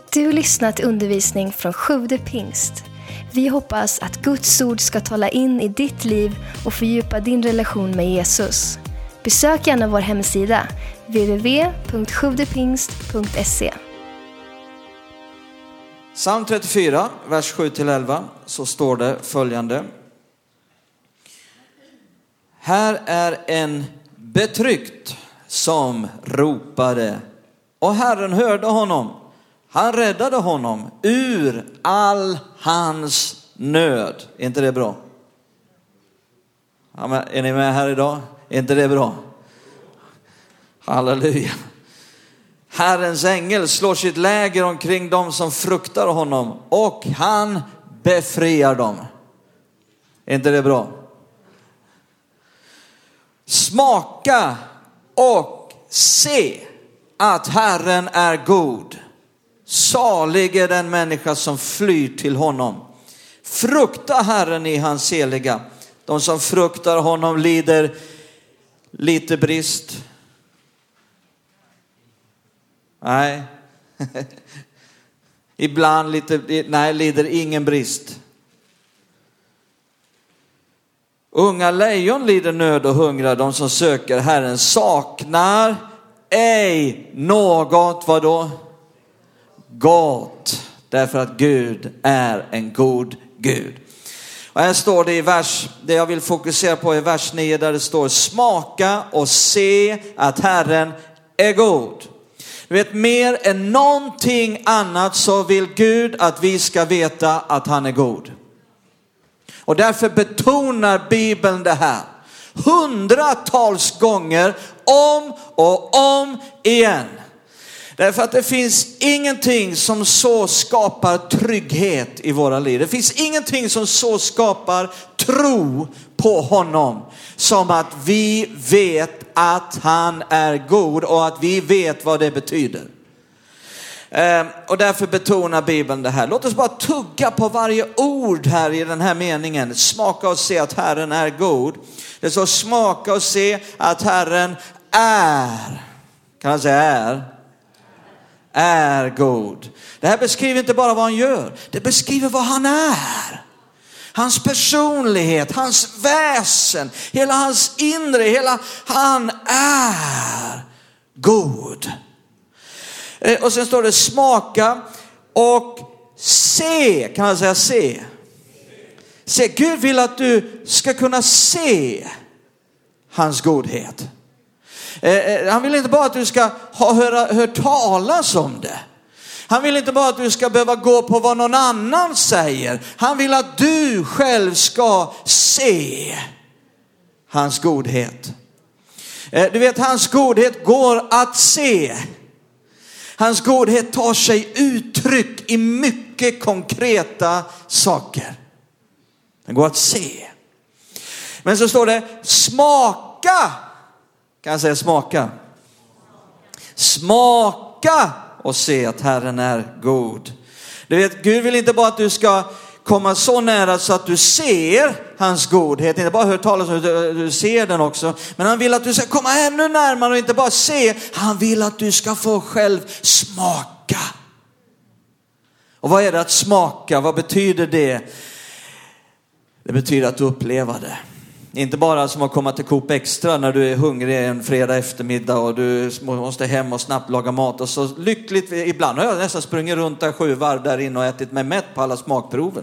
Du har lyssnat till undervisning från Sjude Pingst. Vi hoppas att Guds ord ska tala in i ditt liv och fördjupa din relation med Jesus. Besök gärna vår hemsida, www.sjuvdepingst.se. Psalm 34, vers 7-11, så står det följande. Här är en betryckt som ropade, och Herren hörde honom. Han räddade honom ur all hans nöd. Är inte det bra? Ja, är ni med här idag? Är inte det bra? Halleluja. Herrens ängel slår sitt läger omkring dem som fruktar honom, och han befriar dem. Är inte det bra? Smaka och se att Herren är god. Salig är den människa som flyr till honom. Frukta Herren i hans heliga. De som fruktar honom lider lite brist. Nej. Ibland lider ingen brist. Unga lejon lider nöd och hunger. De som söker Herren saknar ej något. Vad då? Gott. Därför att Gud är en god Gud. Och här står det i det jag vill fokusera på i vers 9, där det står: smaka och se att Herren är god. Du vet, mer än någonting annat så vill Gud att vi ska veta att han är god. Och därför betonar Bibeln det här hundratals gånger, om och om igen. Därför att det finns ingenting som så skapar trygghet i våra liv. Det finns ingenting som så skapar tro på honom som att vi vet att han är god och att vi vet vad det betyder. Och därför betonar Bibeln det här. Låt oss bara tugga på varje ord här i den här meningen. Smaka och se att Herren är god. Det står smaka och se att Herren är. Kan man säga är god. Det här beskriver inte bara vad han gör. Det beskriver vad han är. Hans personlighet, hans väsen, hela hans inre, han är god. Och sen står det smaka och se. Kan man säga se? Se, Gud vill att du ska kunna se hans godhet. Han vill inte bara att du ska ha hört talas om det. Han vill inte bara att du ska behöva gå på vad någon annan säger. Han vill att du själv ska se hans godhet. Du vet, hans godhet går att se. Hans godhet tar sig uttryck i mycket konkreta saker. Den går att se. Men så står det smaka. Kan jag säga smaka? Smaka och se att Herren är god. Du vet, Gud vill inte bara att du ska komma så nära så att du ser hans godhet. Inte bara hör talas om du ser den också. Men han vill att du ska komma ännu närmare och inte bara se. Han vill att du ska få själv smaka. Och vad är det att smaka? Vad betyder det? Det betyder att du upplever det. Inte bara som att komma till Coop Extra när du är hungrig en fredag eftermiddag och du måste hem och snabbt laga mat. Och så lyckligt, ibland har jag nästan sprungit runt där 7 varv där inne och ätit mig mätt på alla smakproven.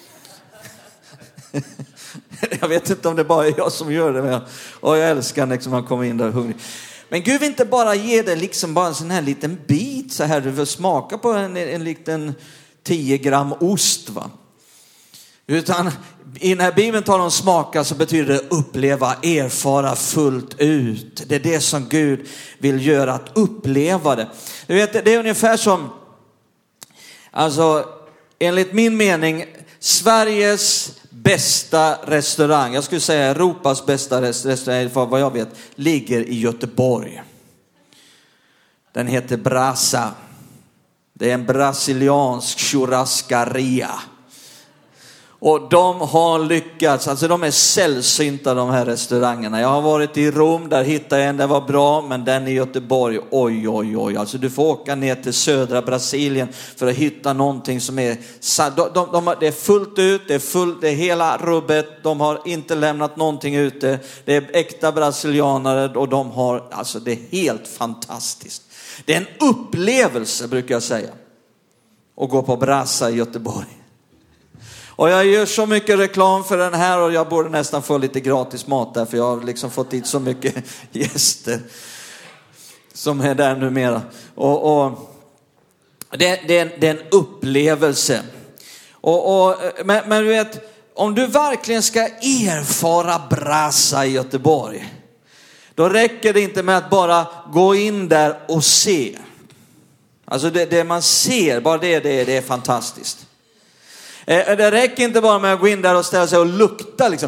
Jag vet inte om det bara är jag som gör det. Men jag älskar liksom man kommer in där hungrig. Men Gud vill inte bara ge dig liksom bara en sån här liten bit så här. Du vill smaka på en liten 10 gram ost, va? Utan i när Bibeln talar om smaka så betyder det uppleva, erfara fullt ut. Det är det som Gud vill göra, att uppleva det. Du vet, det är ungefär som, alltså enligt min mening, Sveriges bästa restaurang, jag skulle säga Europas bästa restaurang för vad jag vet, ligger i Göteborg. Den heter Brasa. Det är en brasiliansk churrascaria. Och de har lyckats, alltså de är sällsynta de här restaurangerna. Jag har varit i Rom, där hittade jag en, det var bra, men den i Göteborg, oj. Alltså du får åka ner till södra Brasilien för att hitta någonting som är, det är fullt ut, det är hela rubbet, de har inte lämnat någonting ute. Det är äkta brasilianare och de har, alltså det är helt fantastiskt. Det är en upplevelse brukar jag säga, att gå på Brassa i Göteborg. Och jag gör så mycket reklam för den här och jag borde nästan få lite gratis mat där, för jag har liksom fått dit så mycket gäster som är där numera. Och det är en upplevelse. Men du vet, om du verkligen ska erfara Brassa i Göteborg, då räcker det inte med att bara gå in där och se. Alltså det man ser, bara det är fantastiskt. Det räcker inte bara med att gå in där och ställa sig och lukta liksom.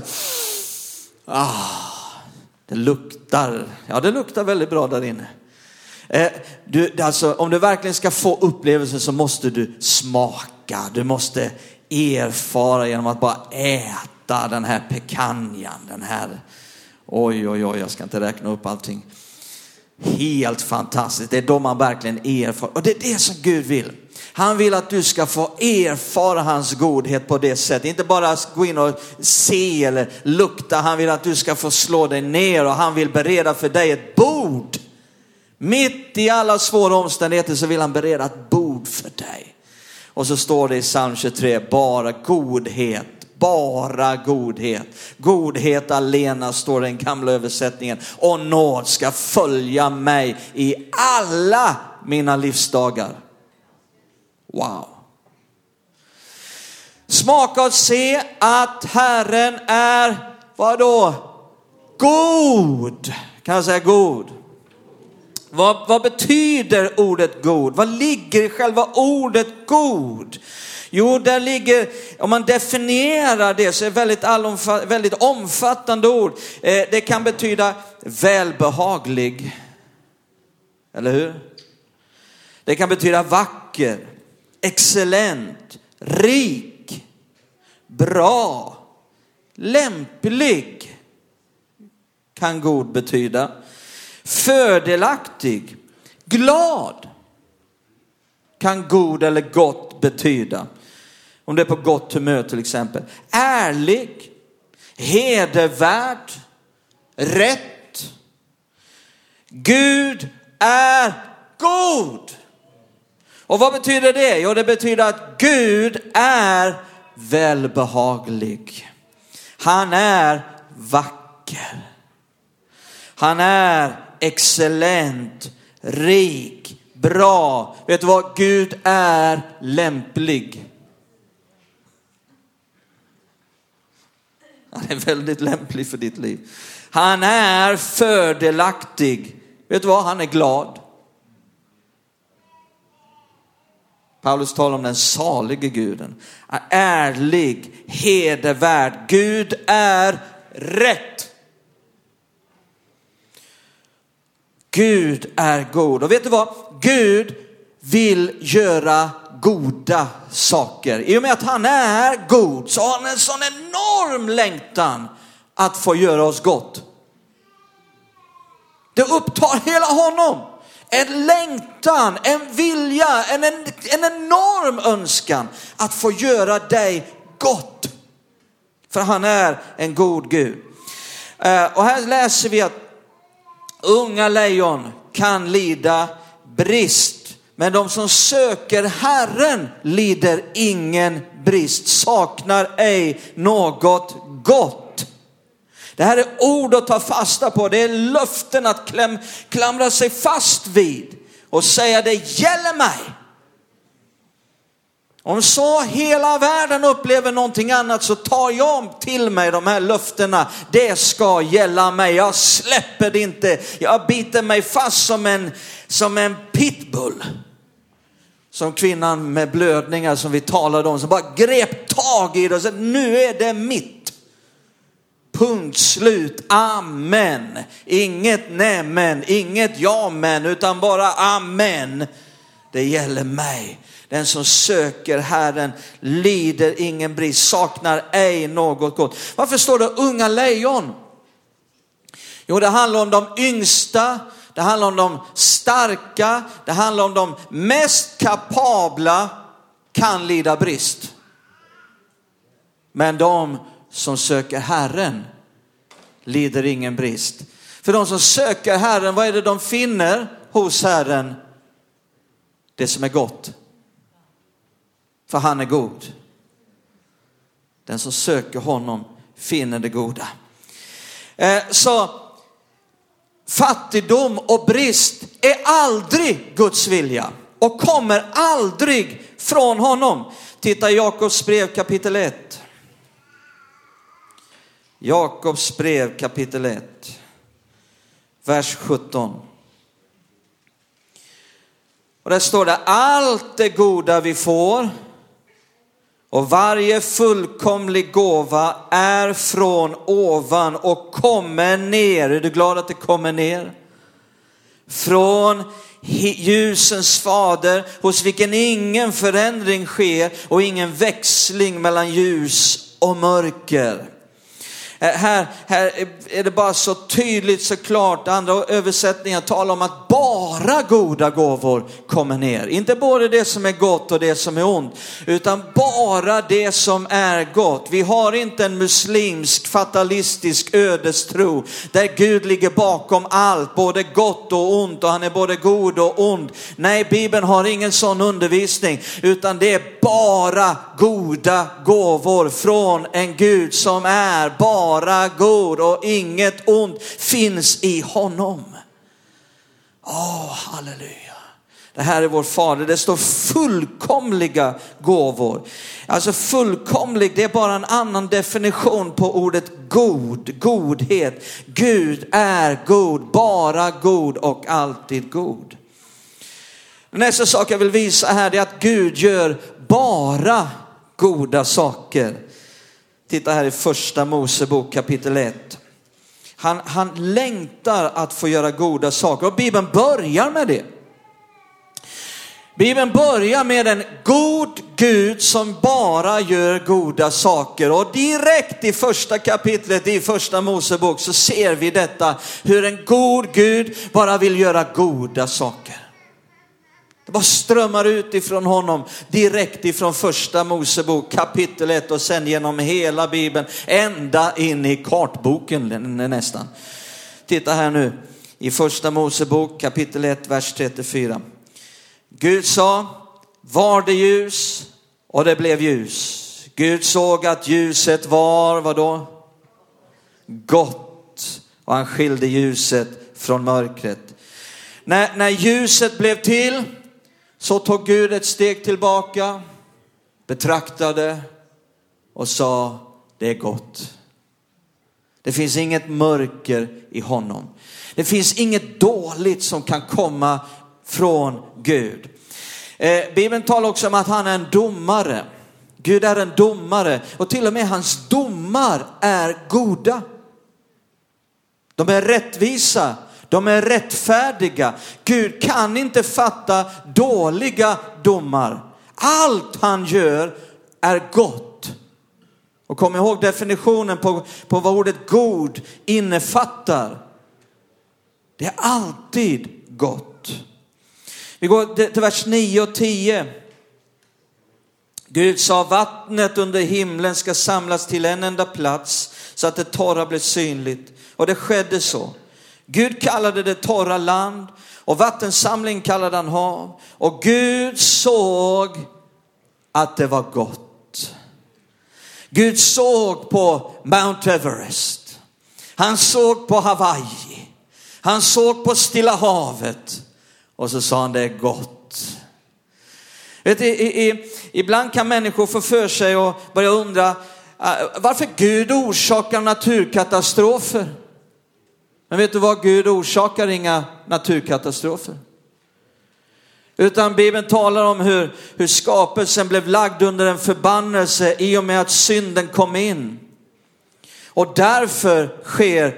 Det luktar väldigt bra där inne. Alltså, om du verkligen ska få upplevelsen så måste du smaka. Du måste erfara genom att bara äta den här pekanjan. Den här, oj, jag ska inte räkna upp allting. Helt fantastiskt. Det är då man verkligen erfar. Och det är det som Gud vill. Han vill att du ska få erfara hans godhet på det sättet. Inte bara gå in och se eller lukta. Han vill att du ska få slå dig ner. Och han vill bereda för dig ett bord. Mitt i alla svåra omständigheter så vill han bereda ett bord för dig. Och så står det i psalm 23. Bara godhet. Bara godhet. Godhet alena står den gamla översättningen. Och nåd ska följa mig i alla mina livsdagar. Wow. Smaka och se att Herren är, vadå? God. Kan jag säga god? Vad betyder ordet god? Vad ligger i själva ordet god? Jo, där ligger, om man definierar det så är det väldigt omfattande ord. Det kan betyda välbehaglig. Eller hur? Det kan betyda vacker, excellent, rik, bra, lämplig. Kan god betyda. Fördelaktig, glad. Kan god eller gott betyda. Om det är på gott humör till exempel. Ärlig, hedervärd, rätt. Gud är god. Och vad betyder det? Jo, det betyder att Gud är välbehaglig. Han är vacker. Han är excellent, rik, bra. Vet du vad? Gud är lämplig. Han är väldigt lämplig för ditt liv. Han är fördelaktig. Vet du vad? Han är glad. Paulus talar om den salige guden. Ärlig, hedervärd. Gud är rätt. Gud är god. Och vet du vad? Gud vill göra goda saker. I och med att han är god så har han en sån enorm längtan att få göra oss gott. Det upptar hela honom. En längtan, en vilja, en enorm önskan att få göra dig gott. För han är en god Gud. Och här läser vi att unga lejon kan lida brist. Men de som söker Herren lider ingen brist. Saknar ej något gott. Det här är ord att ta fasta på. Det är löften att klamra sig fast vid. Och säga det gäller mig. Om så hela världen upplever någonting annat så tar jag till mig de här löftena. Det ska gälla mig. Jag släpper det inte. Jag biter mig fast som en pitbull. Som kvinnan med blödningar som vi talade om. Som bara grep tag i det och sa nu är det mitt. Punkt slut. Amen. Inget nämen, inget ja men utan bara amen. det gäller mig. Den som söker Herren lider ingen brist, saknar ej något gott. Varför står det unga lejon? Jo, det handlar om de yngsta, det handlar om de starka, det handlar om de mest kapabla kan lida brist. Men de som söker Herren lider ingen brist. För de som söker Herren, vad är det de finner hos Herren? Det som är gott. För han är god. Den som söker honom finner det goda. Så fattigdom och brist är aldrig Guds vilja. Och kommer aldrig från honom. Titta i Jakobs brev kapitel 1. Jakobs brev kapitel 1. Vers 17. Och där står det: allt det goda vi får och varje fullkomlig gåva är från ovan och kommer ner. Är du glad att det kommer ner? Från ljusens fader, hos vilken ingen förändring sker och ingen växling mellan ljus och mörker. Här är det bara så tydligt, så klart. Andra översättningar talar om att bara goda gåvor kommer ner. Inte både det som är gott och det som är ont, utan bara det som är gott. Vi har inte en muslimsk fatalistisk ödestro där Gud ligger bakom allt, både gott och ont, och han är både god och ond. Nej, Bibeln har ingen sån undervisning, utan det är bara goda gåvor från en Gud som är bara god, och inget ont finns i honom. Halleluja. Det här är vår fader. Det står fullkomliga gåvor. Alltså fullkomlig, det är bara en annan definition på ordet god, godhet. Gud är god, bara god och alltid god. Nästa sak jag vill visa här är att Gud gör bara goda saker. Titta här i första Mosebok kapitel 1. Han längtar att få göra goda saker. Och Bibeln börjar med det. Bibeln börjar med en god Gud som bara gör goda saker. Och direkt i första kapitlet i första Mosebok så ser vi detta. Hur en god Gud bara vill göra goda saker. Det bara strömmar ut ifrån honom direkt ifrån första Mosebok kapitel 1 och sen genom hela Bibeln ända in i kartboken nästan. Titta här nu i första Mosebok kapitel 1 vers 34. Gud sa: var det ljus, och det blev ljus. Gud såg att ljuset var, vadå? Gott, och han skilde ljuset från mörkret. När ljuset blev till så tog Gud ett steg tillbaka, betraktade och sa: det är gott. Det finns inget mörker i honom. Det finns inget dåligt som kan komma från Gud. Bibeln talar också om att han är en domare. Gud är en domare, och till och med hans domar är goda. De är rättvisa. De är rättfärdiga. Gud kan inte fatta dåliga domar. Allt han gör är gott. Och kom ihåg definitionen på vad ordet god innefattar. Det är alltid gott. Vi går till vers 9 och 10. Gud sa: vattnet under himlen ska samlas till en enda plats så att det torra blir synligt. Och det skedde så. Gud kallade det torra land, och vattensamling kallade han hav. Och Gud såg att det var gott. Gud såg på Mount Everest. Han såg på Hawaii. Han såg på Stilla havet. Och så sa han: det är gott. Vet du, ibland kan människor få för sig och börja undra varför Gud orsakar naturkatastrofer. Men vet du vad? Gud orsakar inga naturkatastrofer. Utan Bibeln talar om hur skapelsen blev lagd under en förbannelse i och med att synden kom in. Och därför sker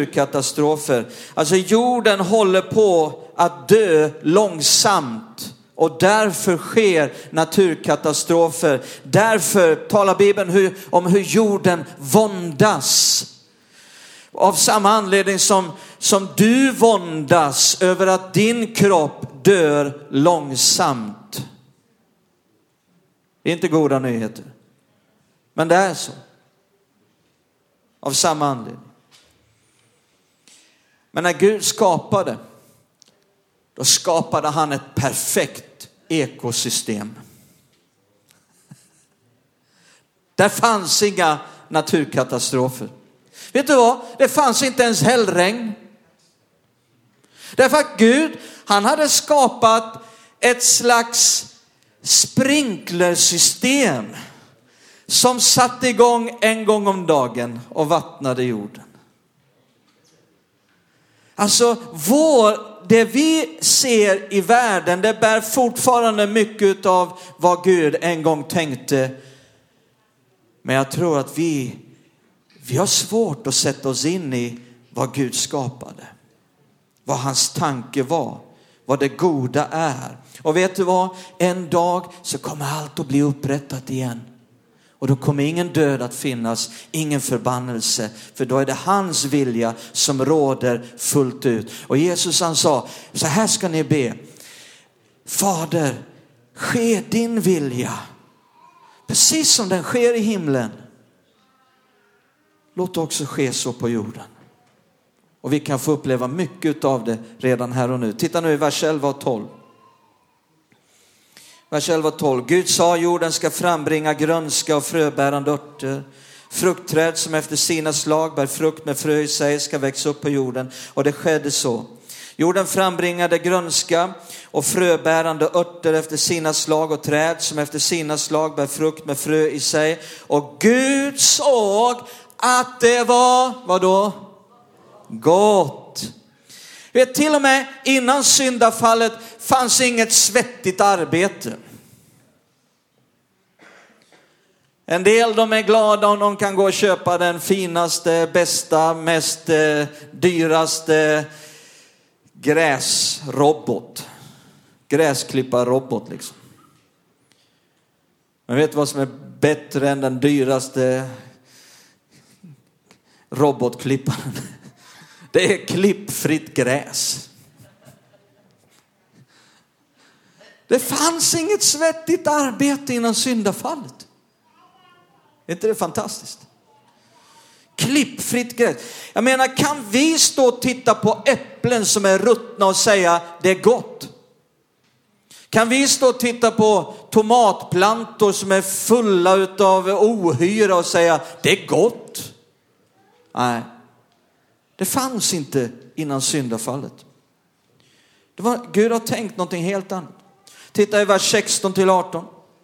naturkatastrofer. Alltså jorden håller på att dö långsamt Och därför sker naturkatastrofer. Därför talar Bibeln om hur jorden våndas. Av samma anledning som du våndas över att din kropp dör långsamt. Det är inte goda nyheter. Men det är så. Av samma anledning. Men när Gud skapade, då skapade han ett perfekt ekosystem. Där fanns inga naturkatastrofer. Vet du vad? Det fanns inte ens hällregn. Därför att Gud, han hade skapat ett slags sprinklersystem som satte igång en gång om dagen och vattnade jorden. Alltså det vi ser i världen, det bär fortfarande mycket av vad Gud en gång tänkte. Men jag tror att vi har svårt att sätta oss in i vad Gud skapade. Vad hans tanke var. Vad det goda är. Och vet du vad? En dag så kommer allt att bli upprättat igen. Och då kommer ingen död att finnas, ingen förbannelse. För då är det hans vilja som råder fullt ut. Och Jesus han sa, så här ska ni be. Fader, ske din vilja. Precis som den sker i himlen. Låt det också ske så på jorden. Och vi kan få uppleva mycket av det redan här och nu. Titta nu i vers 11 och 12. Vers 11 och 12. Gud sa, jorden ska frambringa grönska och fröbärande örter. Fruktträd som efter sina slag bär frukt med frö i sig ska växa upp på jorden. Och det skedde så. Jorden frambringade grönska och fröbärande örter efter sina slag och träd som efter sina slag bär frukt med frö i sig. Och Gud såg att det var, vadå? Gott. Vet, till och med innan syndafallet fanns inget svettigt arbete. En del de är glada om de kan gå och köpa den finaste, bästa, mest dyraste gräsklipparrobot liksom. Men vet du vad som är bättre än den dyraste robotklipparen? Det är klippfritt gräs. Det fanns inget svettigt arbete innan syndafallet. Är inte det fantastiskt? Klippfritt gräs. Jag menar, kan vi stå och titta på äpplen som är ruttna och säga det är gott? Kan vi stå och titta på tomatplantor som är fulla av ohyra och säga det är gott? Nej. Det fanns inte innan syndafallet. Gud har tänkt någonting helt annat. Titta i vers 16-18.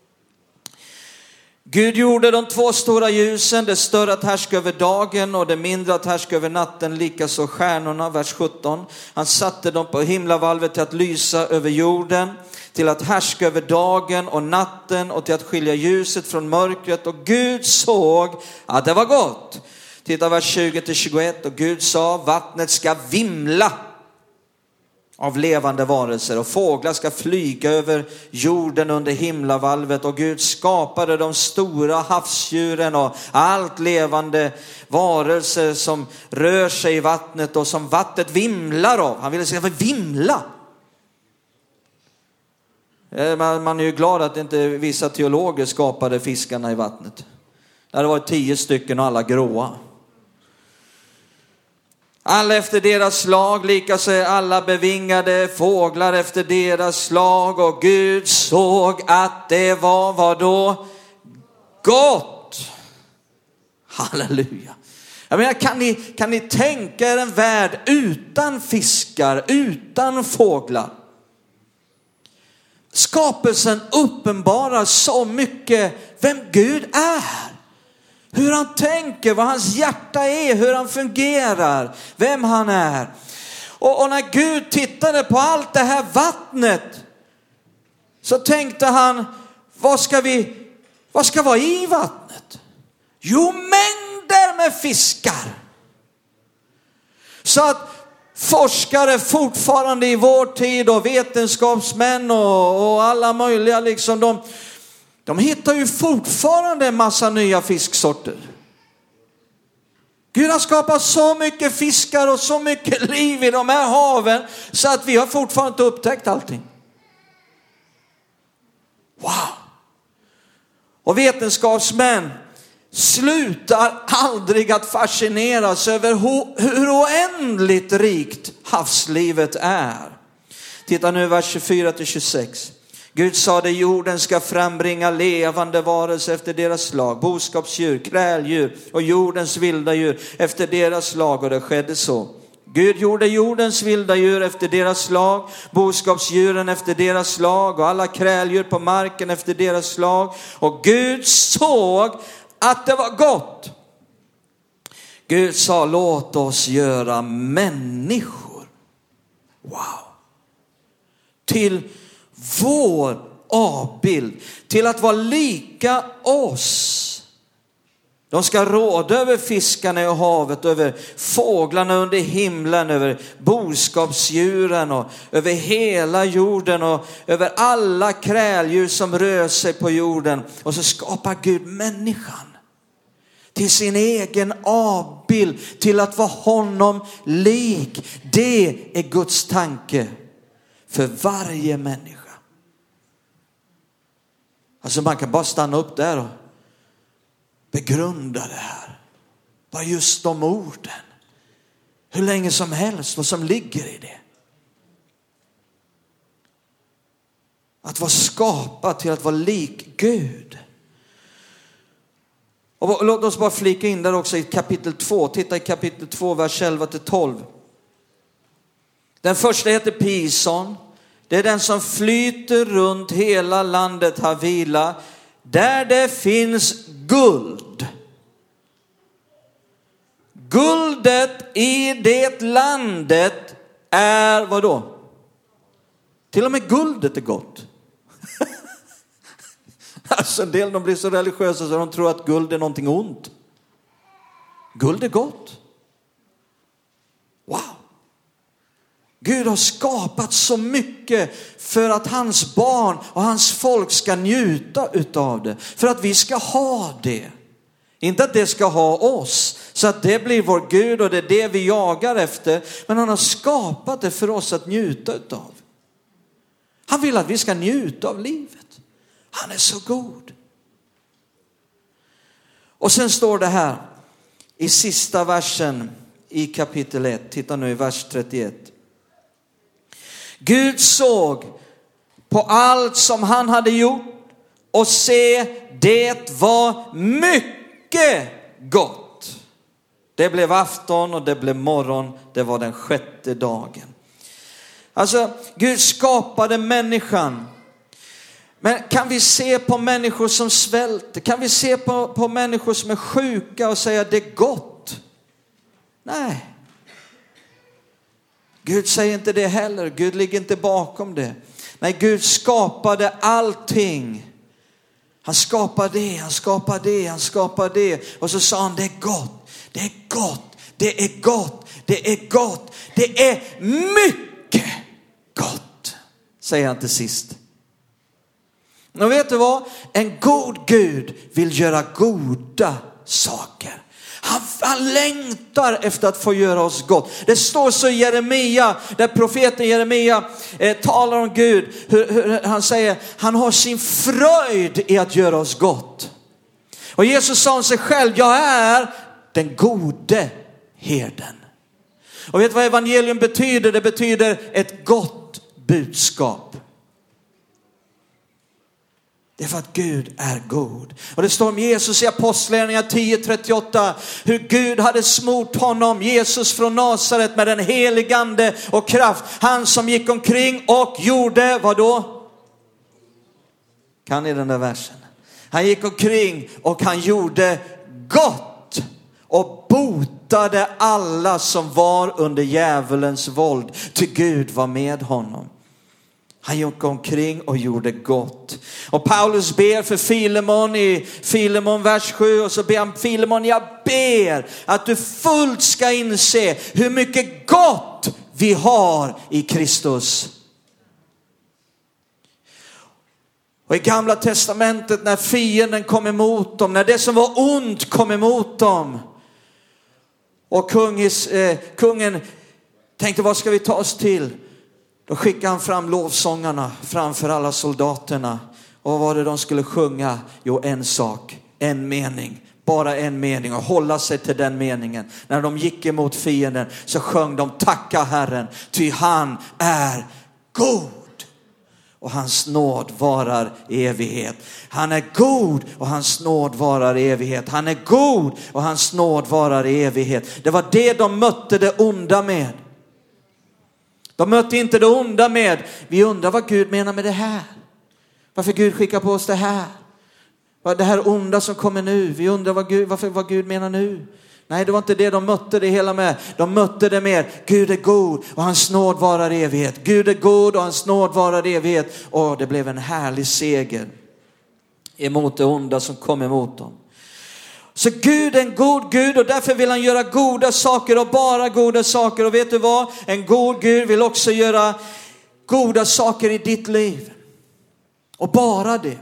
Gud gjorde de två stora ljusen, det större att härska över dagen och det mindre att härska över natten, likaså stjärnorna, vers 17. Han satte dem på himlavalvet till att lysa över jorden, till att härska över dagen och natten och till att skilja ljuset från mörkret. Och Gud såg att det var gott. Titta vers 20-21. Och Gud sa, vattnet ska vimla av levande varelser och fåglar ska flyga över jorden under himlavalvet. Och Gud skapade de stora havsdjuren och allt levande varelser som rör sig i vattnet och som vattnet vimlar av. Han ville säga för vimla. Man är ju glad att inte vissa teologer skapade fiskarna i vattnet. Det hade varit 10 stycken och alla gråa. Alla efter deras slag, likaså alla bevingade fåglar efter deras slag. Och Gud såg att det var vad då? Gott. Halleluja. Jag menar, kan ni tänka er en värld utan fiskar, utan fåglar? Skapelsen uppenbarar så mycket vem Gud är. Hur han tänker, vad hans hjärta är, hur han fungerar, vem han är. Och när Gud tittade på allt det här vattnet så tänkte han, vad ska vara i vattnet? Jo, mängder med fiskar. Så att forskare fortfarande i vår tid och vetenskapsmän och alla möjliga liksom, de hittar ju fortfarande en massa nya fisksorter. Gud har skapat så mycket fiskar och så mycket liv i de här haven så att vi har fortfarande inte upptäckt allting. Wow! Och vetenskapsmän slutar aldrig att fascineras över hur oändligt rikt havslivet är. Titta nu vers 24-26. Gud sade jorden ska frambringa levande varelser efter deras slag, boskapsdjur, kräldjur och jordens vilda djur efter deras slag, och det skedde så. Gud gjorde jordens vilda djur efter deras slag, boskapsdjuren efter deras slag och alla kräldjur på marken efter deras slag. Och Gud såg att det var gott. Gud sa, låt oss göra människor. Wow. Till vår avbild, till att vara lika oss. De ska råda över fiskarna i havet, över fåglarna under himlen, över boskapsdjuren och över hela jorden och över alla kräldjur som rör sig på jorden. Och så skapar Gud människan till sin egen avbild, till att vara honom lik. Det är Guds tanke för varje människa. Alltså man kan bara stanna upp där och begrunda det här. Bara just de orden. Hur länge som helst, vad som ligger i det. Att vara skapad till att vara lik Gud. Och låt oss bara flika in där också i kapitel 2. Titta i kapitel 2, vers 11-12. Den första heter Pison. Det är den som flyter runt hela landet Havila, där det finns guld. Guldet i det landet är vad då? Till och med guldet är gott. Alltså en del de blir så religiösa så de tror att guld är någonting ont. Guld är gott. Wow. Gud har skapat så mycket för att hans barn och hans folk ska njuta utav det. För att vi ska ha det. Inte att det ska ha oss. Så att det blir vår Gud och det är det vi jagar efter. Men han har skapat det för oss att njuta utav. Han vill att vi ska njuta av livet. Han är så god. Och sen står det här i sista versen i kapitel 1. Titta nu i vers 31. Gud såg på allt som han hade gjort och se, det var mycket gott. Det blev afton och det blev morgon. Det var den 6:e dagen. Alltså Gud skapade människan. Men kan vi se på människor som svälter? Kan vi se på människor som är sjuka och säga det är gott? Nej. Gud säger inte det heller. Gud ligger inte bakom det. Nej, Gud skapade allting. Han skapade det, han skapade det, han skapade det. Och så sa han, det är gott, det är gott, det är gott, det är gott. Det är mycket gott, säger han till sist. Och vet du vad? En god Gud vill göra goda saker. Han längtar efter att få göra oss gott. Det står så i Jeremia, där profeten Jeremia talar om Gud. Hur han säger, han har sin fröjd i att göra oss gott. Och Jesus sa om sig själv, jag är den gode herden. Och vet du vad evangelium betyder? Det betyder ett gott budskap. Det är för att Gud är god. Och det står om Jesus i Apostlagärningarna 10:38. Hur Gud hade smort honom, Jesus från Nasaret, med den helige ande och kraft. Han som gick omkring och gjorde, vad då? Kan ni den där versen? Han gick omkring och han gjorde gott. Och botade alla som var under djävulens våld. Till Gud var med honom. Han gick omkring och gjorde gott. Och Paulus ber för Filemon i Filemon vers 7. Och så ber han, Filemon, jag ber att du fullt ska inse hur mycket gott vi har i Kristus. Och i Gamla testamentet när fienden kom emot dem, när det som var ont kom emot dem. Och kungen tänkte, vad ska vi ta oss till? Då skickade han fram lovsångarna framför alla soldaterna. Och vad var det de skulle sjunga? Jo, en sak, en mening. Bara en mening och hålla sig till den meningen. När de gick emot fienden så sjöng de, tacka Herren, ty han är god. Och hans nåd varar i evighet. Han är god och hans nåd varar i evighet. Han är god och hans nåd varar i evighet. Det var det de mötte det onda med. De mötte inte det onda med, vi undrar vad Gud menar med det här. Varför Gud skickar på oss det här. Det här onda som kommer nu. Vi undrar vad Gud menar nu. Nej, det var inte det de mötte det hela med. De mötte det med, Gud är god och hans nåd varar i evighet. Gud är god och hans nåd varar i evighet. Och det blev en härlig seger emot det onda som kom emot dem. Så Gud är en god Gud och därför vill han göra goda saker och bara goda saker. Och vet du vad? En god Gud vill också göra goda saker i ditt liv. Och bara det.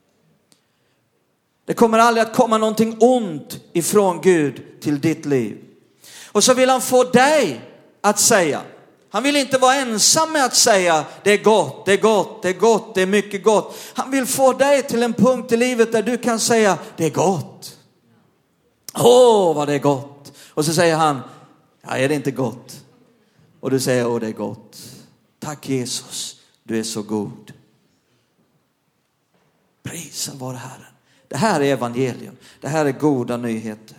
Det kommer aldrig att komma någonting ont ifrån Gud till ditt liv. Och så vill han få dig att säga. Han vill inte vara ensam med att säga det är gott, det är gott, det är gott, det är mycket gott. Han vill få dig till en punkt i livet där du kan säga det är gott. Åh, vad det är gott. Och så säger han, ja, är det inte gott? Och du säger, åh, det är gott. Tack Jesus, du är så god. Prisa vare Herren. Det här är evangelium. Det här är goda nyheter.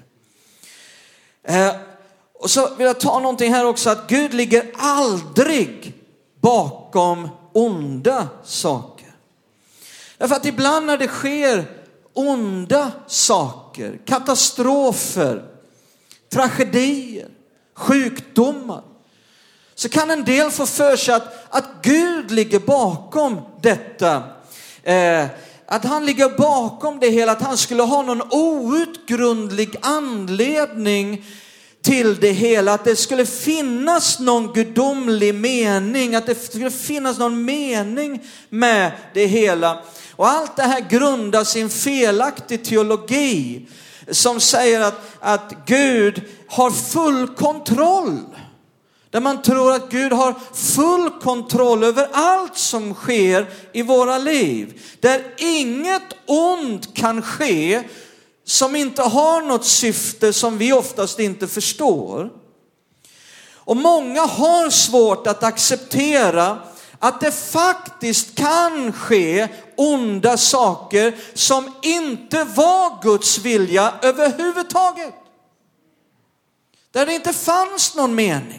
Och så vill jag ta någonting här också. Att Gud ligger aldrig bakom onda saker. Därför att ibland när det sker onda saker, katastrofer, tragedier, sjukdomar, så kan en del få för sig att Gud ligger bakom detta. Att han ligger bakom det hela, att han skulle ha någon outgrundlig anledning till det hela. Att det skulle finnas någon gudomlig mening, att det skulle finnas någon mening med det hela. Och allt det här grundas i en felaktig teologi som säger att Gud har full kontroll. Där man tror att Gud har full kontroll över allt som sker i våra liv. Där inget ont kan ske som inte har något syfte som vi oftast inte förstår. Och många har svårt att acceptera att det faktiskt kan ske onda saker som inte var Guds vilja överhuvudtaget. Där det inte fanns någon mening.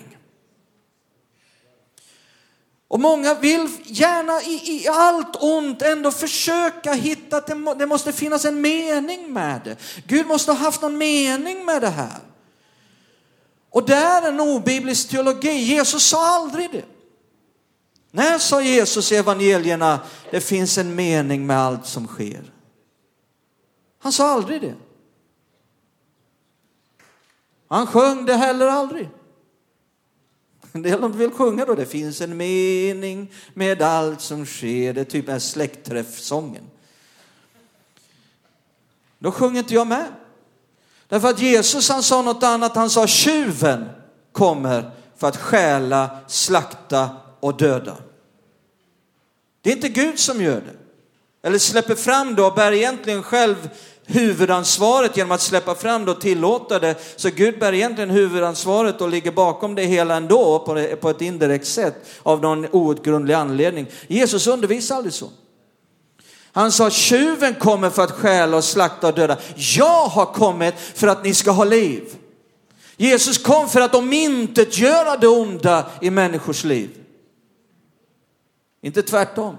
Och många vill gärna i allt ont ändå försöka hitta att det måste finnas en mening med det. Gud måste ha haft någon mening med det här. Och det är en obiblisk teologi. Jesus sa aldrig det. När sa Jesus i evangelierna det finns en mening med allt som sker? Han sa aldrig det. Han sjöng det heller aldrig. En del de vill sjunga då, det finns en mening med allt som sker. Det är typ en släktträffsången. Då sjunger inte jag med. Därför att Jesus han sa något annat. Han sa tjuven kommer för att stjäla, slakta och döda. Det är inte Gud som gör det. Eller släpper fram det och bär egentligen själv huvudansvaret genom att släppa fram det och tillåta det. Så Gud bär egentligen huvudansvaret och ligger bakom det hela ändå på ett indirekt sätt av någon outgrundlig anledning. Jesus undervisar aldrig så. Han sa tjuven kommer för att stjäla och slakta och döda. Jag har kommit för att ni ska ha liv. Jesus kom för att omintetgöra det onda i människors liv. Inte tvärtom.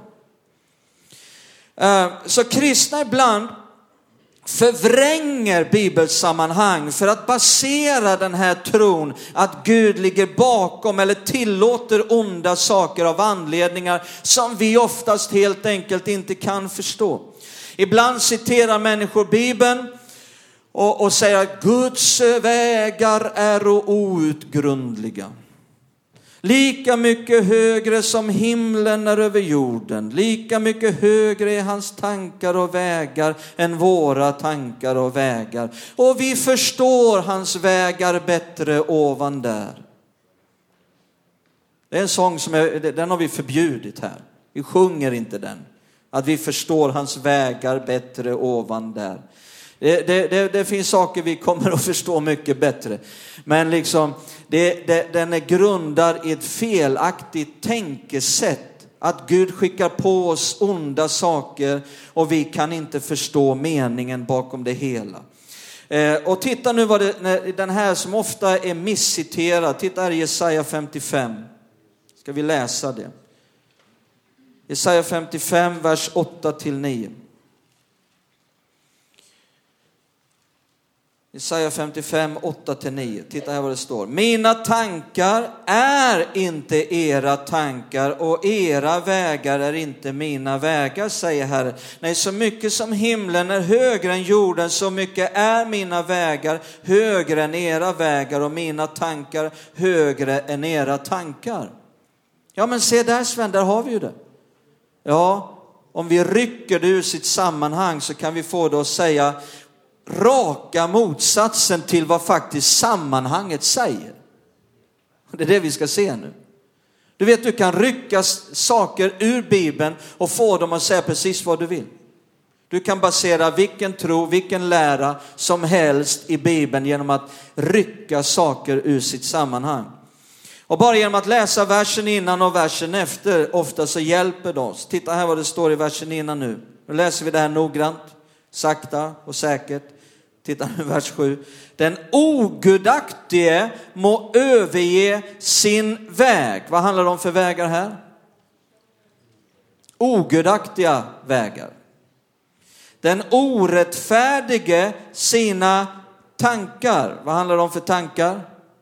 Så kristna ibland förvränger bibelsammanhang för att basera den här tron att Gud ligger bakom eller tillåter onda saker av anledningar som vi oftast helt enkelt inte kan förstå. Ibland citerar människor Bibeln och säger att Guds vägar är outgrundliga. Lika mycket högre som himlen är över jorden, lika mycket högre är hans tankar och vägar än våra tankar och vägar. Och vi förstår hans vägar bättre ovan där. Det är en sång som den har vi förbjudit här. Vi sjunger inte den. Att vi förstår hans vägar bättre ovan där. Det finns saker vi kommer att förstå mycket bättre. Men liksom, den är grundad i ett felaktigt tänkesätt. Att Gud skickar på oss onda saker och vi kan inte förstå meningen bakom det hela. Och titta nu vad den här som ofta är missciterad. Titta här i Jesaja 55. Ska vi läsa det? Jesaja 55, vers 8-9. Jesaja 55, 8-9. Titta här vad det står. Mina tankar är inte era tankar och era vägar är inte mina vägar, säger Herren. Nej, så mycket som himlen är högre än jorden, så mycket är mina vägar högre än era vägar och mina tankar högre än era tankar. Ja, men se där Sven, där har vi ju det. Ja, om vi rycker det ur sitt sammanhang så kan vi få det att säga raka motsatsen till vad faktiskt sammanhanget säger. Det är det vi ska se nu. Du vet, du kan rycka saker ur Bibeln och få dem att säga precis vad du vill. Du kan basera vilken tro, vilken lära som helst i Bibeln genom att rycka saker ur sitt sammanhang. Och bara genom att läsa versen innan och versen efter ofta så hjälper det oss. Titta här vad det står i versen innan nu. Nu läser vi det här noggrant, sakta och säkert. Titta nu vers 7. Den ogudaktige må överge sin väg. Vad handlar det om för vägar här? Ogudaktiga vägar. Den orättfärdige sina tankar. Vad handlar det om för tankar?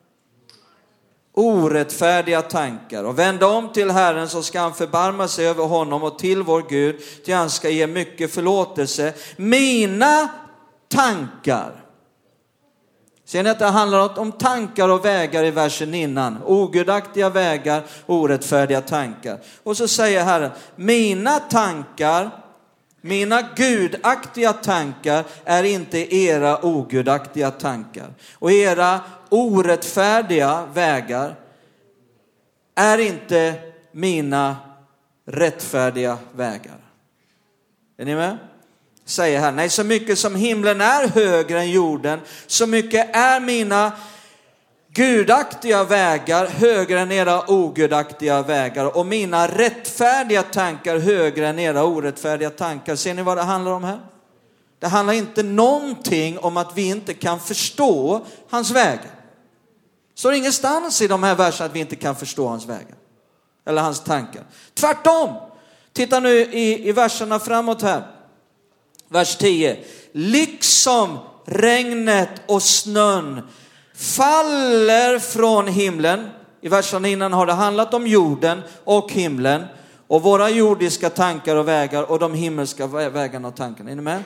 Orättfärdiga tankar. Och vända om till Herren så ska han förbarma sig över honom och till vår Gud. Till han ska ge mycket förlåtelse. Mina tankar. Ser ni att det handlar om tankar och vägar i versen innan. Ogudaktiga vägar, orättfärdiga tankar. Och så säger Herren, mina tankar, mina gudaktiga tankar är inte era ogudaktiga tankar. Och era orättfärdiga vägar är inte mina rättfärdiga vägar. Är ni med? Säger här, nej, så mycket som himlen är högre än jorden, så mycket är mina gudaktiga vägar högre än era ogudaktiga vägar och mina rättfärdiga tankar högre än era orättfärdiga tankar. Ser ni vad det handlar om här? Det handlar inte någonting om att vi inte kan förstå hans vägar. Så det är ingenstans i de här verserna att vi inte kan förstå hans vägar eller hans tankar. Tvärtom. Titta nu i verserna framåt här. Vers 10. Liksom regnet och snön faller från himlen. I versen innan har det handlat om jorden och himlen. Och våra jordiska tankar och vägar och de himmelska vägarna och tankarna. Är ni med?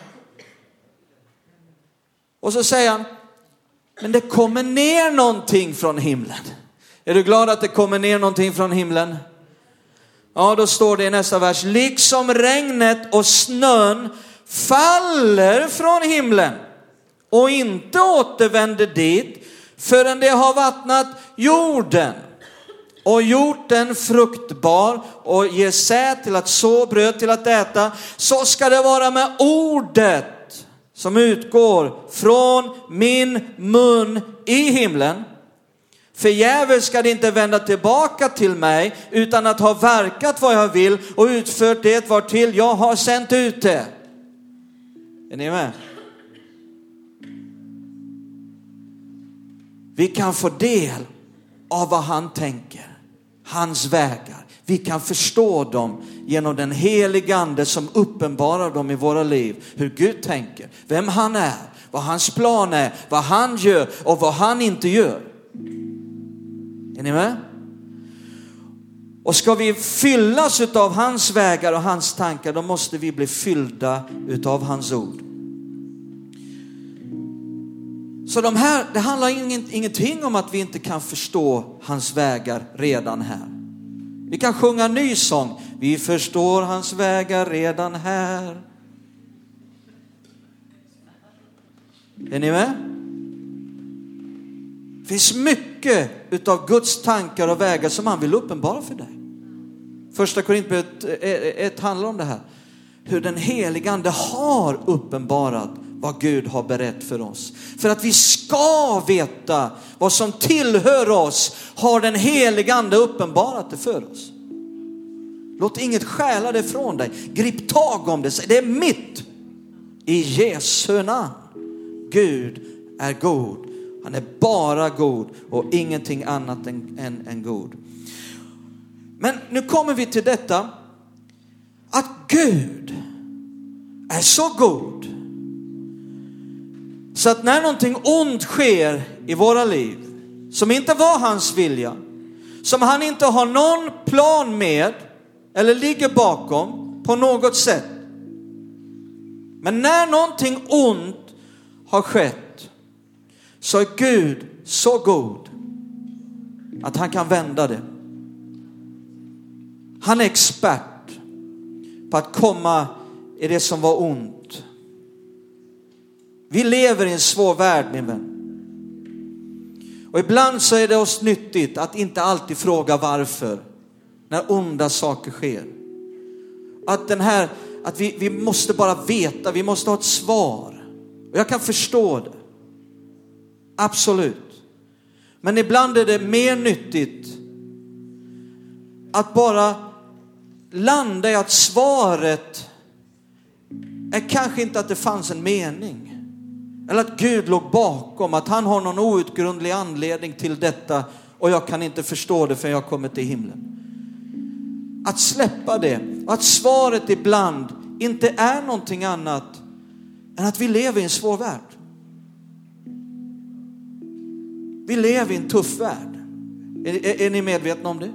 Och så säger han, men det kommer ner någonting från himlen. Är du glad att det kommer ner någonting från himlen? Ja, då står det i nästa vers. Liksom regnet och snön faller från himlen och inte återvänder dit förrän det har vattnat jorden och gjort den fruktbar och ger säd till att så, bröd till att äta. Så ska det vara med ordet som utgår från min mun i himlen. Förgäves ska det inte vända tillbaka till mig utan att ha verkat vad jag vill och utfört det vartill jag har sänt ut det. Är ni med? Vi kan få del av vad han tänker. Hans vägar. Vi kan förstå dem genom den helige ande som uppenbarar dem i våra liv. Hur Gud tänker. Vem han är. Vad hans plan är. Vad han gör och vad han inte gör. Är ni med? Och ska vi fyllas av hans vägar och hans tankar, då måste vi bli fyllda av hans ord. Så det handlar ingenting om att vi inte kan förstå hans vägar redan här. Vi kan sjunga en ny sång. Vi förstår hans vägar redan här. Är ni med? Det finns mycket utav Guds tankar och vägar som han vill uppenbara för dig. Första Korintierbrevet 1 handlar om det här. Hur den helige ande har uppenbarat vad Gud har berättat för oss. För att vi ska veta vad som tillhör oss har den helige ande uppenbarat det för oss. Låt inget stjäla det från dig. Grip tag om det. Det är mitt. I Jesu namn. Gud är god. Han är bara god och ingenting annat än god. Men nu kommer vi till detta. Att Gud är så god. Så att när någonting ont sker i våra liv. Som inte var hans vilja. Som han inte har någon plan med. Eller ligger bakom på något sätt. Men när någonting ont har skett. Så är Gud så god. Att han kan vända det. Han är expert på att komma i det som var ont. Vi lever i en svår värld, min vän. Och ibland så är det oss nyttigt att inte alltid fråga varför. När onda saker sker. Att vi måste bara veta, vi måste ha ett svar. Och jag kan förstå det. Absolut. Men ibland är det mer nyttigt att bara landa i att svaret är kanske inte att det fanns en mening. Eller att Gud låg bakom, att han har någon outgrundlig anledning till detta och jag kan inte förstå det för jag kommer till himlen. Att släppa det och att svaret ibland inte är någonting annat än att vi lever i en svår värld. Vi lever i en tuff värld. Är ni medvetna om det?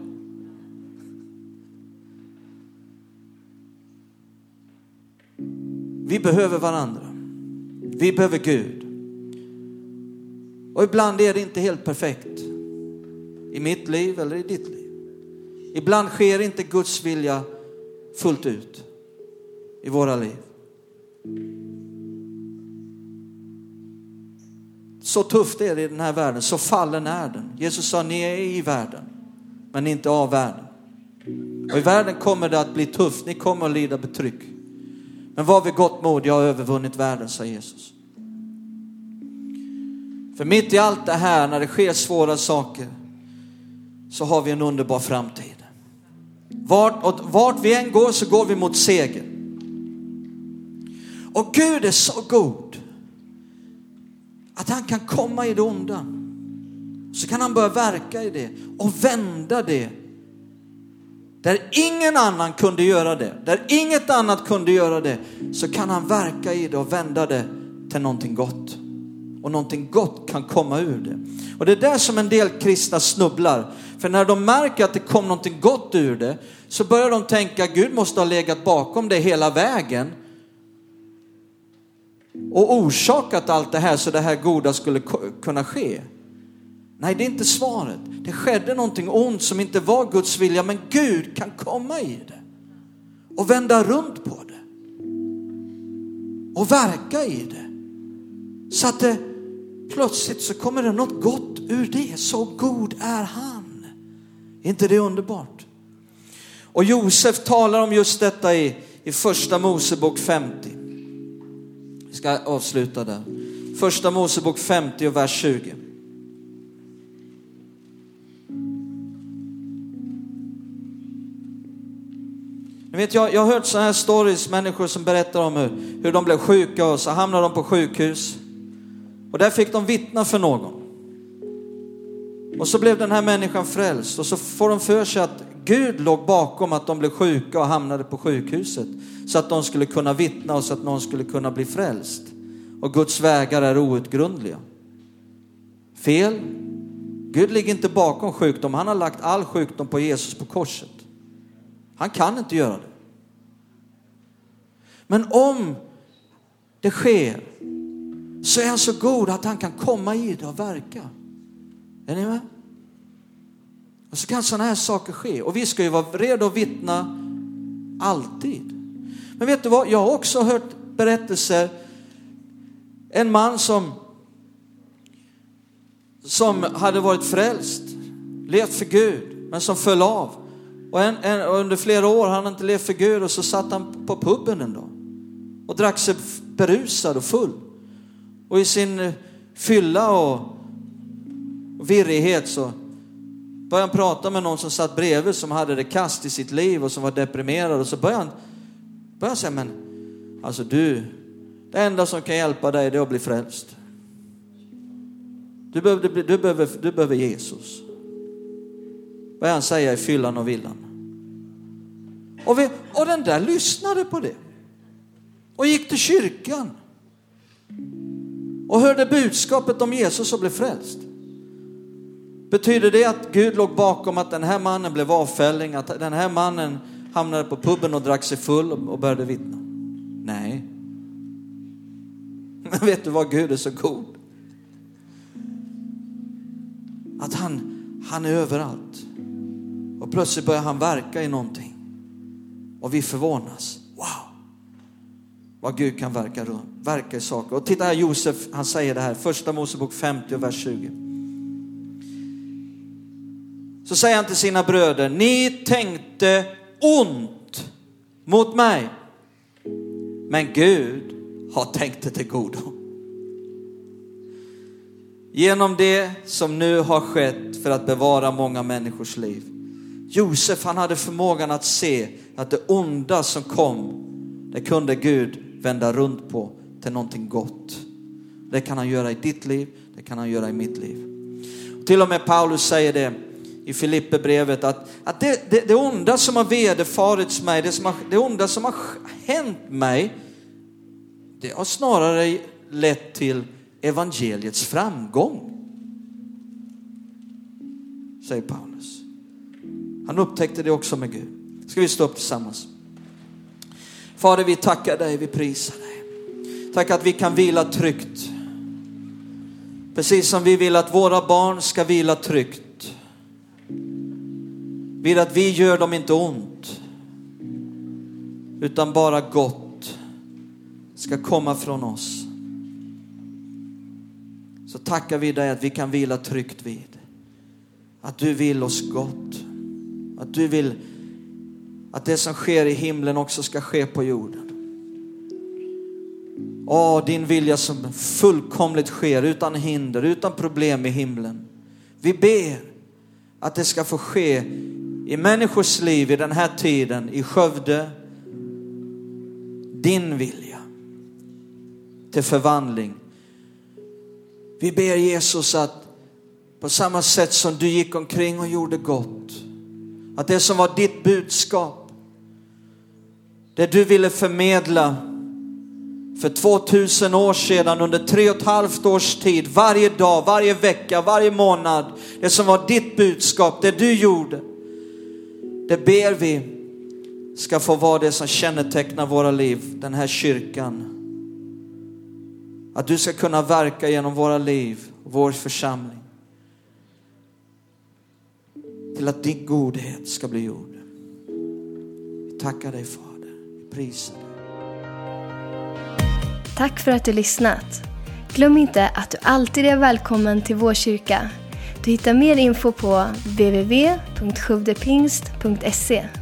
Vi behöver varandra. Vi behöver Gud. Och ibland är det inte helt perfekt. I mitt liv eller i ditt liv. Ibland sker inte Guds vilja fullt ut i våra liv. Så tufft är det i den här världen. Så fallen är den. Jesus sa, ni är i världen. Men inte av världen. Och i världen kommer det att bli tufft. Ni kommer att lida betryck. Men var vid gott mod, jag har övervunnit världen, sa Jesus. För mitt i allt det här, när det sker svåra saker, så har vi en underbar framtid. Vart vi än går så går vi mot seger. Och Gud är så god att han kan komma i det onda. Så kan han börja verka i det och vända det. Där ingen annan kunde göra det. Där inget annat kunde göra det. Så kan han verka i det och vända det till någonting gott. Och någonting gott kan komma ur det. Och det är där som en del kristna snubblar. För när de märker att det kom någonting gott ur det, så börjar de tänka att Gud måste ha legat bakom det hela vägen. Och orsakat allt det här så det här goda skulle kunna ske. Nej, det är inte svaret. Det skedde någonting ont som inte var Guds vilja. Men Gud kan komma i det. Och vända runt på det. Och verka i det. Så att det plötsligt så kommer det något gott ur det. Så god är han. Är inte det underbart? Och Josef talar om just detta i första Mosebok 50. Vi ska avsluta där. Första Mosebok 50 och vers 20. Ni vet, jag har hört så här stories, människor som berättar om hur de blev sjuka och så hamnar de på sjukhus. Och där fick de vittna för någon. Och så blev den här människan frälst. Och så får de för sig att Gud låg bakom att de blev sjuka och hamnade på sjukhuset. Så att de skulle kunna vittna och så att någon skulle kunna bli frälst. Och Guds vägar är outgrundliga. Fel. Gud ligger inte bakom sjukdom. Han har lagt all sjukdom på Jesus på korset. Han kan inte göra det. Men om det sker så är han så god att han kan komma i det och verka. Är ni med? Och så kan sådana här saker ske. Och vi ska ju vara redo att vittna alltid. Men vet du vad? Jag har också hört berättelser. En man som hade varit frälst, levt för Gud, men som föll av. Och under flera år han inte levt för Gud, och så satt han på puben en dag och drack sig berusad och full. Och i sin fylla och virrighet så började han prata med någon som satt bredvid, som hade det kast i sitt liv och som var deprimerad. Och så började han säga, men alltså det enda som kan hjälpa dig är att bli frälst. Du behöver Jesus. Vad han säger i fyllan och villan. Och den där lyssnade på det. Och gick till kyrkan. Och hörde budskapet om Jesus och blev frälst. Betyder det att Gud låg bakom att den här mannen blev avfälling? Att den här mannen hamnade på puben och drack sig full och började vittna? Nej. Men vet du vad, Gud är så god? Att han är överallt. Och plötsligt börjar han verka i någonting. Och vi förvånas. Wow. Vad Gud kan verka i saker. Och titta här, Josef, han säger det här. Första Mosebok 50 och vers 20. Så säger han till sina bröder: ni tänkte ont mot mig, men Gud har tänkt det till godo. Genom det som nu har skett för att bevara många människors liv. Josef, han hade förmågan att se att det onda som kom, det kunde Gud vända runt på till någonting gott. Det kan han göra i ditt liv, det kan han göra i mitt liv. Och till och med Paulus säger det i Filipperbrevet att det onda som har vederfarits mig, det onda som har hänt mig, det har snarare lett till evangeliets framgång, säger Paulus. Han upptäckte det också med Gud. Ska vi stå upp tillsammans? Fader, vi tackar dig, vi prisar dig. Tack att vi kan vila tryggt. Precis som vi vill att våra barn ska vila tryggt. Vill att vi gör dem inte ont, utan bara gott ska komma från oss. Så tackar vi dig att vi kan vila tryggt vid att du vill oss gott. Att du vill att det som sker i himlen också ska ske på jorden. Din vilja som fullkomligt sker utan hinder, utan problem i himlen. Vi ber att det ska få ske i människors liv i den här tiden, i Skövde. Din vilja till förvandling. Vi ber Jesus att på samma sätt som du gick omkring och gjorde gott, att det som var ditt budskap, det du ville förmedla för 2000 år sedan under 3,5 års tid, varje dag, varje vecka, varje månad, det som var ditt budskap, det du gjorde, det ber vi ska få vara det som kännetecknar våra liv, den här kyrkan. Att du ska kunna verka genom våra liv, vår församling, till att din godhet ska bli gjord. Vi tackar dig, Fader. Vi prisar dig. Tack för att du lyssnat. Glöm inte att du alltid är välkommen till vår kyrka. Du hittar mer info på www.sjuvdepingst.se.